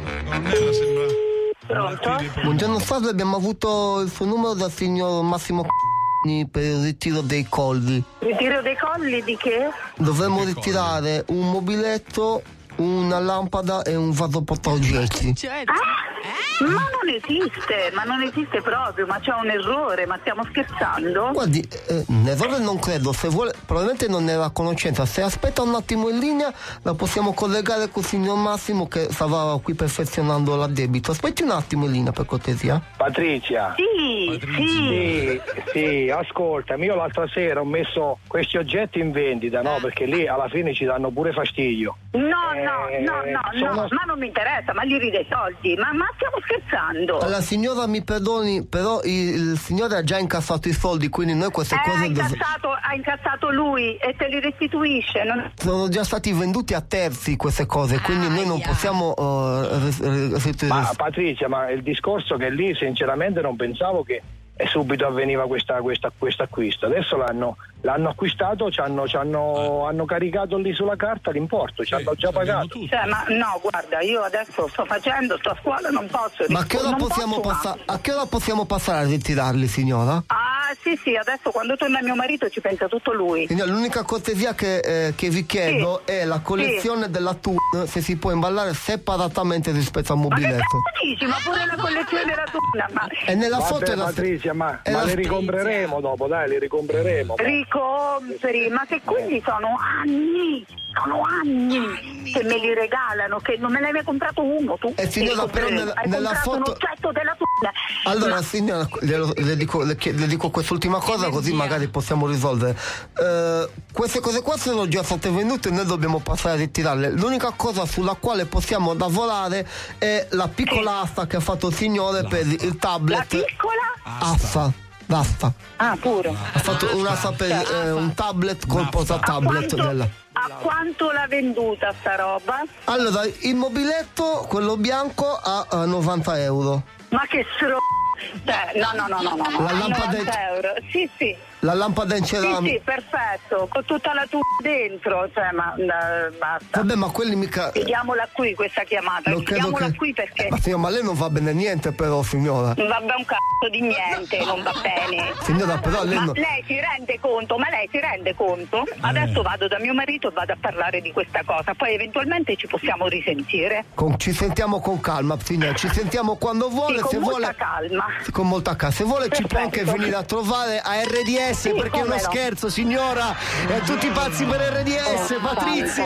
Pronto? Buongiorno Fabio, abbiamo avuto il suo numero dal signor Massimo per il ritiro dei colli. Ritiro dei colli di che? Dovremmo ritirare un mobiletto, una lampada e un vaso portaoggetti. Ah, ma non esiste, ma non esiste proprio, ma c'è un errore, ma stiamo scherzando? Guardi, eh, errore non credo, se vuole, probabilmente non era a conoscenza. Se aspetta un attimo in linea la possiamo collegare col signor Massimo che stava qui perfezionando l'addebito. Aspetti un attimo in linea per cortesia. Patrizia. Sì, sì. Sì, ascoltami, io l'altra sera ho messo questi oggetti in vendita, no? Perché lì alla fine ci danno pure fastidio. No, no, Eh, no, no, sono- no, ma non mi interessa, ma gli ridei soldi, ma, ma stiamo scherzando? La signora mi perdoni, però il, il signore ha già incassato i soldi, quindi noi queste Eh, ha cose dov- incassato, ha incassato lui e te li restituisce, non... sono già stati venduti a terzi queste cose, quindi noi non possiamo uh, res- res- Ma Patrizia, ma il discorso che lì sinceramente non pensavo che e subito avveniva questa, questa, questo acquisto. Adesso l'hanno, l'hanno acquistato, ci hanno, ci hanno, hanno caricato lì sulla carta l'importo, ci hanno già pagato. Cioè, ma no, guarda, io adesso sto facendo, sto a scuola, non posso... Ma a che ora non possiamo posso, passa- a che ora possiamo passare a ritirarli, signora? Ah, sì, sì, adesso quando torna mio marito ci pensa tutto lui. Signora, l'unica cortesia che, eh, che vi chiedo Sì. è la collezione Sì. della T U N, se si può imballare separatamente rispetto al Ma che mobiletto. cazzo dici? Ma pure la collezione della tuna, ma... E nella Vabbè, foto è la Patrizia, ma, è ma la- le ricompreremo dopo, dai, le ricompreremo. Ricompri, ma che quindi sono anni, sono anni che me li regalano, che non me ne hai mai comprato uno tu. Eh, signora, Li però compreremo. nella- hai nella comprato un foto- oggetto della tuna. Allora, Ma- signora, le, le dico, le, chie- le dico quest'ultima cosa così magari possiamo risolvere. Eh, queste cose qua sono già state vendute e noi dobbiamo passare a ritirarle. L'unica cosa sulla quale possiamo lavorare è la piccola asta che ha fatto il signore per il tablet. La piccola? Asta, l'asta. Ah, pure. Ha fatto un'asta per eh, un tablet col portatablet A quanto- della. A quanto l'ha venduta sta roba? Allora, il mobiletto, quello bianco, a eh, novanta euro. Ma che stro... Cioè, no, no, no, no, no, no. La lampada novanta euro. Sì, sì. La lampada in Sì, ceramica. sì, perfetto, con tutta la tua dentro, cioè, ma eh, basta. Vabbè, ma quelli mica. Chiudiamola qui questa chiamata, Non credo chiudiamola che- qui perché Ma signora, ma lei non va bene niente però, signora. non va bene un cazzo di niente, non va bene. Signora, però lei Ma non- lei si rende conto, ma lei si rende conto? Adesso vado da mio marito e vado a parlare di questa cosa, poi eventualmente ci possiamo risentire. Con- ci sentiamo con calma, signora. Ci sentiamo quando vuole. Sì, con se molta vuole. calma. Con molta calma. Se vuole ci può anche Perfetto. venire a trovare a R D S Sì, perché è uno come no. scherzo, signora. E a tutti pazzi per R D S, Oh, Patrizia.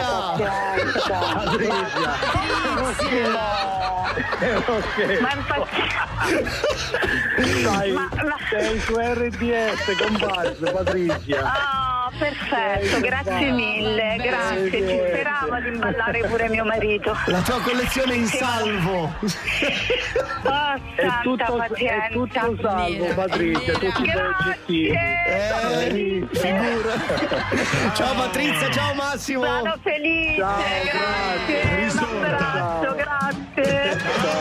Ma infatti... Dai, Ma- ma- sei su R D S, comparsa, Patrizia. Ah, perfetto, grazie mille, grazie. Ci sperava di imballare pure mio marito. La tua collezione è in Che- salvo. Oh, È santa tutto, è pazienza. tutto salvo, Patrizia, tutti i oggettini. Eh, figura. Ciao Patrizia, ciao Massimo. Sono felice, Ciao, grazie. Un abbraccio, grazie.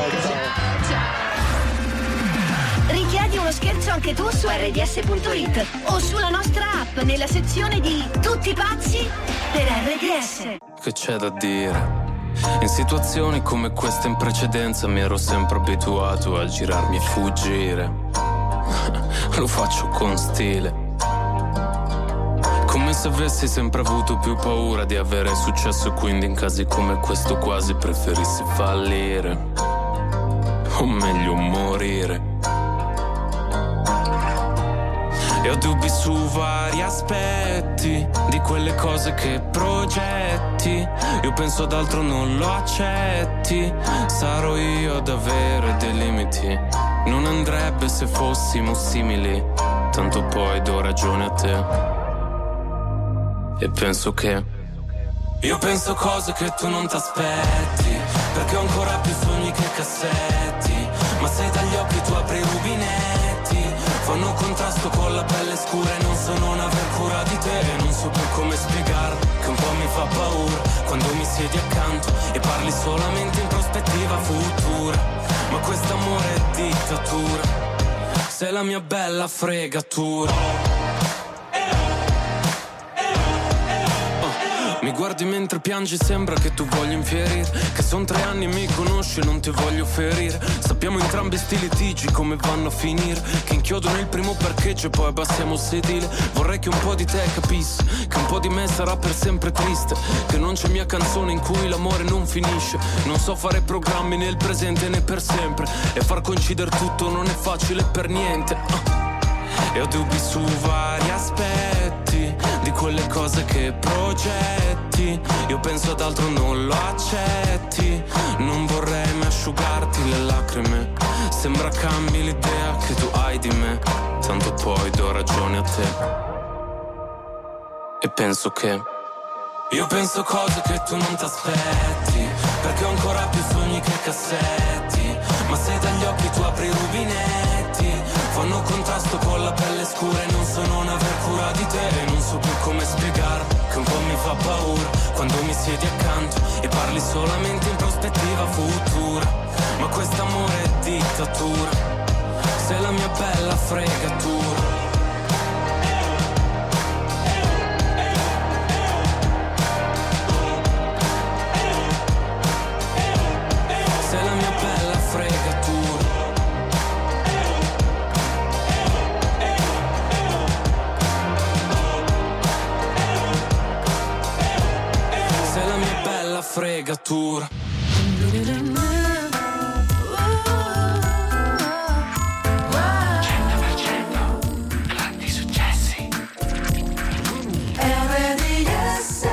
Richiedi uno scherzo anche tu su R D S punto it o sulla nostra app nella sezione di Tutti pazzi per R D S. Che c'è da dire? In situazioni come queste in precedenza mi ero sempre abituato a girarmi e fuggire. lo faccio con stile. Come se avessi sempre avuto più paura di avere successo e quindi in casi come questo quasi preferissi fallire. O meglio morire. E ho dubbi su vari aspetti di quelle cose che progetti. Io penso ad altro, non lo accetti. Sarò io ad avere dei limiti. Non andrebbe se fossimo simili. Tanto poi do ragione a te. E penso che io penso cose che tu non t'aspetti, perché ho ancora più sogni che cassetti. Ma se dagli occhi tu apri i rubinetti, fanno contrasto con la pelle scura e non so non aver cura di te. E non so più come spiegar che un po' mi fa paura quando mi siedi accanto e parli solamente in prospettiva futura. Ma quest'amore è dittatura, sei la mia bella fregatura. Mi guardi mentre piangi, sembra che tu voglia infierire, che son tre anni e mi conosci e non ti voglio ferire. Sappiamo entrambi sti litigi come vanno a finire, che inchiodono il primo parcheggio e poi abbassiamo il sedile. Vorrei che un po' di te capisse che un po' di me sarà per sempre triste, che non c'è mia canzone in cui l'amore non finisce. Non so fare programmi nel presente né per sempre, e far coincidere tutto non è facile per niente. uh. E ho dubbi su vari aspetti di quelle cose che progetti. Io penso ad altro, non lo accetti. Non vorrei mai asciugarti le lacrime. Sembra cambi l'idea che tu hai di me. Tanto poi do ragione a te. E penso che io penso cose che tu non t'aspetti, perché ho ancora più sogni che cassetti. Ma se dagli occhi tu apri i rubinetti, fanno contrasto con la pelle scura e non so non aver cura di te. E non so più come spiegare che un po' mi fa paura quando mi siedi accanto e parli solamente in prospettiva futura. Ma quest'amore è dittatura, sei la mia bella fregatura. Sei la mia bella fregatura. Sei la mia bella fregatura. cento per cento grandi successi. R D S.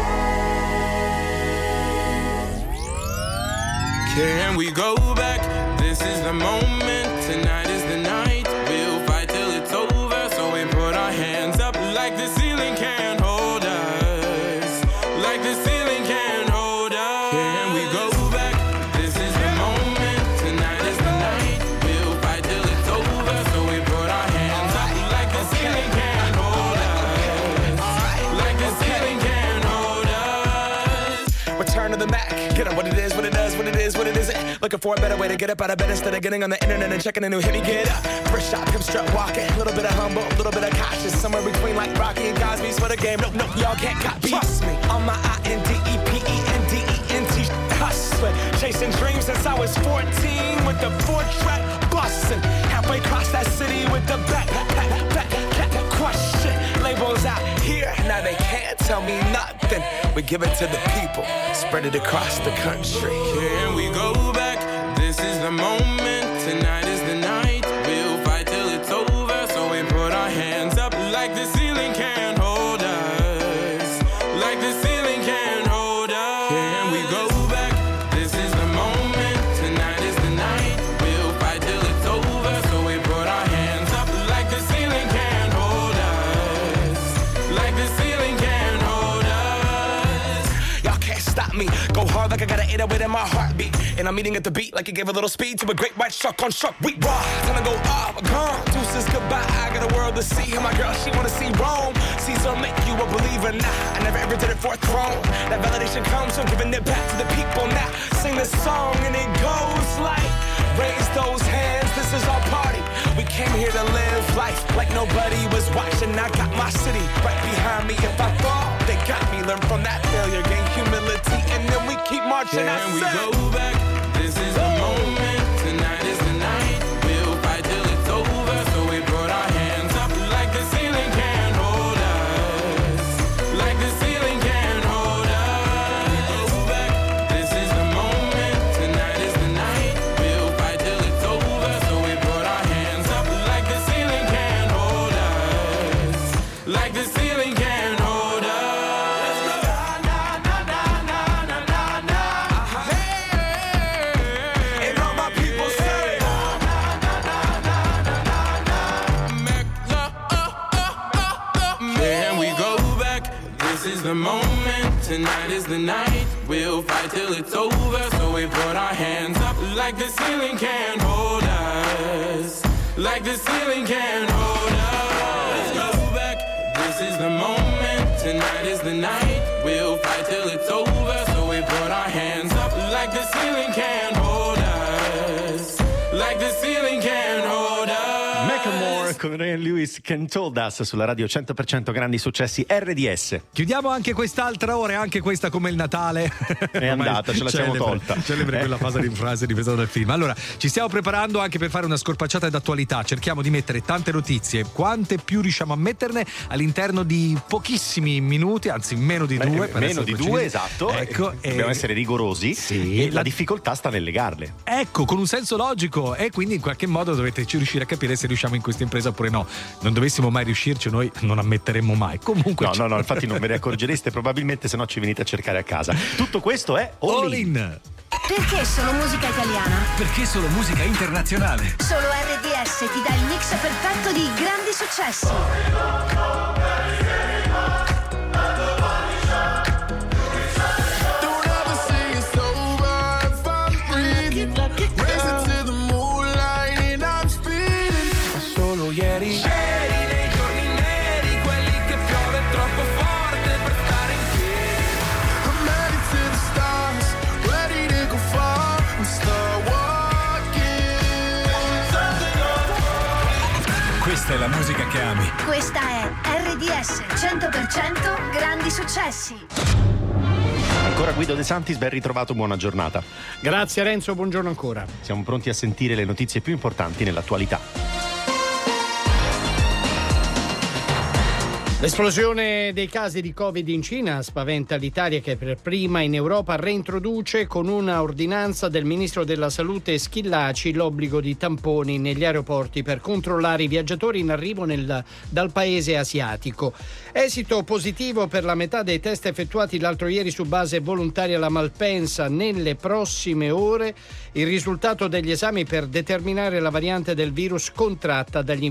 Can we go back? This is the moment. Tonight is the night. We'll fight till it's over. So we put our hands up like the ceiling can't hold us. Like the ceiling can't hold us. Can we go back? This is the moment. Tonight is the night. We'll fight till it's over. So we put our hands up like the ceiling can't hold us. Like the ceiling can't hold us. Return to the Mac. Get up what it is, what it does, what it is, what it isn't. Looking for a better way to get up out of bed instead of getting on the internet and checking a new hit. Me get up, first shot, come strut walking. A little bit of humble, a little bit of cautious. Somewhere between like Rocky and Cosby's for the game. Nope, nope, y'all can't copy. Trust me, on my I N D E P E N D E N T hustling. Chasing dreams since I was fourteen with the four-track bustin'. Halfway across that city with the back, back, back, back, back, question. Labels out here, now they can't tell me nothing. We give it to the people, spread it across the country. Can we go back? This is the moment. Tonight is the night. We'll fight till it's over. So we put our hands up like the ceiling can't hold us. Like the ceiling can't hold us. Can we go back? This is the moment. Tonight is the night. We'll fight till it's over. So we put our hands up like the ceiling can't hold us. Like the ceiling can't hold us. Y'all can't stop me. Go hard like I got an eight oh eight in my heartbeat. And I'm eating at the beat like it gave a little speed to a great white shark on shark. We raw, time to go off, gone. Deuces goodbye, I got a world to see. And my girl, she wanna see Rome. Caesar make you a believer, nah. I never ever did it for a throne. That validation comes from giving it back to the people now. Sing this song and it goes like, raise those hands, this is our party. We came here to live life like nobody was watching. I got my city right behind me. If I fall, they got me. Learn from that failure, gain humility, and then we keep marching. I Can we said, go back? This is the moment. Tonight is the night. We'll fight till it's over. So we put our hands up the moment, tonight is the night. We'll fight till it's over, so we put our hands up like the ceiling can't hold us. Like the ceiling can't hold us. Let's go back, this is the moment, tonight is the night. We'll fight till it's over, so we put our hands up like the ceiling can't hold us. Like the ceiling can't hold us. Macklemore con Ryan Lewis, Can Told Us sulla radio cento per cento grandi successi R D S. Chiudiamo anche quest'altra ora, e anche questa come il Natale. È andata, ce la siamo tolta. Celebre quella fase di frase ripresa dal film. Allora, ci stiamo preparando anche per fare una scorpacciata d'attualità. Cerchiamo di mettere tante notizie, quante più riusciamo a metterne all'interno di pochissimi minuti, anzi meno di due. Beh, meno di due, esatto. Ecco, dobbiamo e... essere rigorosi. Sì, e la... la difficoltà sta nel legarle. Ecco, con un senso logico, e quindi in qualche modo dovete riuscire a capire se riusciamo in questa impresa oppure no. Non dovessimo mai riuscirci, noi non ammetteremmo mai. Comunque, no, no, no, infatti non ve ne accorgereste probabilmente, se no ci venite a cercare a casa. Tutto questo è All, All in. in. Perché solo musica italiana? Perché solo musica internazionale? Solo R D S ti dà il mix perfetto di grandi successi. Solo ieri, ieri nei giorni neri, quelli che piove troppo forte per stare in piedi. I'm headed to the stars, ready to go far and start walking. Questa è la musica che ami. Questa è R D S cento per cento grandi successi. Ancora Guido De Santis, ben ritrovato, buona giornata. Grazie Renzo, buongiorno ancora. Siamo pronti a sentire le notizie più importanti nell'attualità. L'esplosione dei casi di Covid in Cina spaventa l'Italia, che per prima in Europa reintroduce con una ordinanza del ministro della Salute Schillaci l'obbligo di tamponi negli aeroporti per controllare i viaggiatori in arrivo nel, dal paese asiatico. Esito positivo per la metà dei test effettuati l'altro ieri su base volontaria alla Malpensa. Nelle prossime ore il risultato degli esami per determinare la variante del virus contratta dagli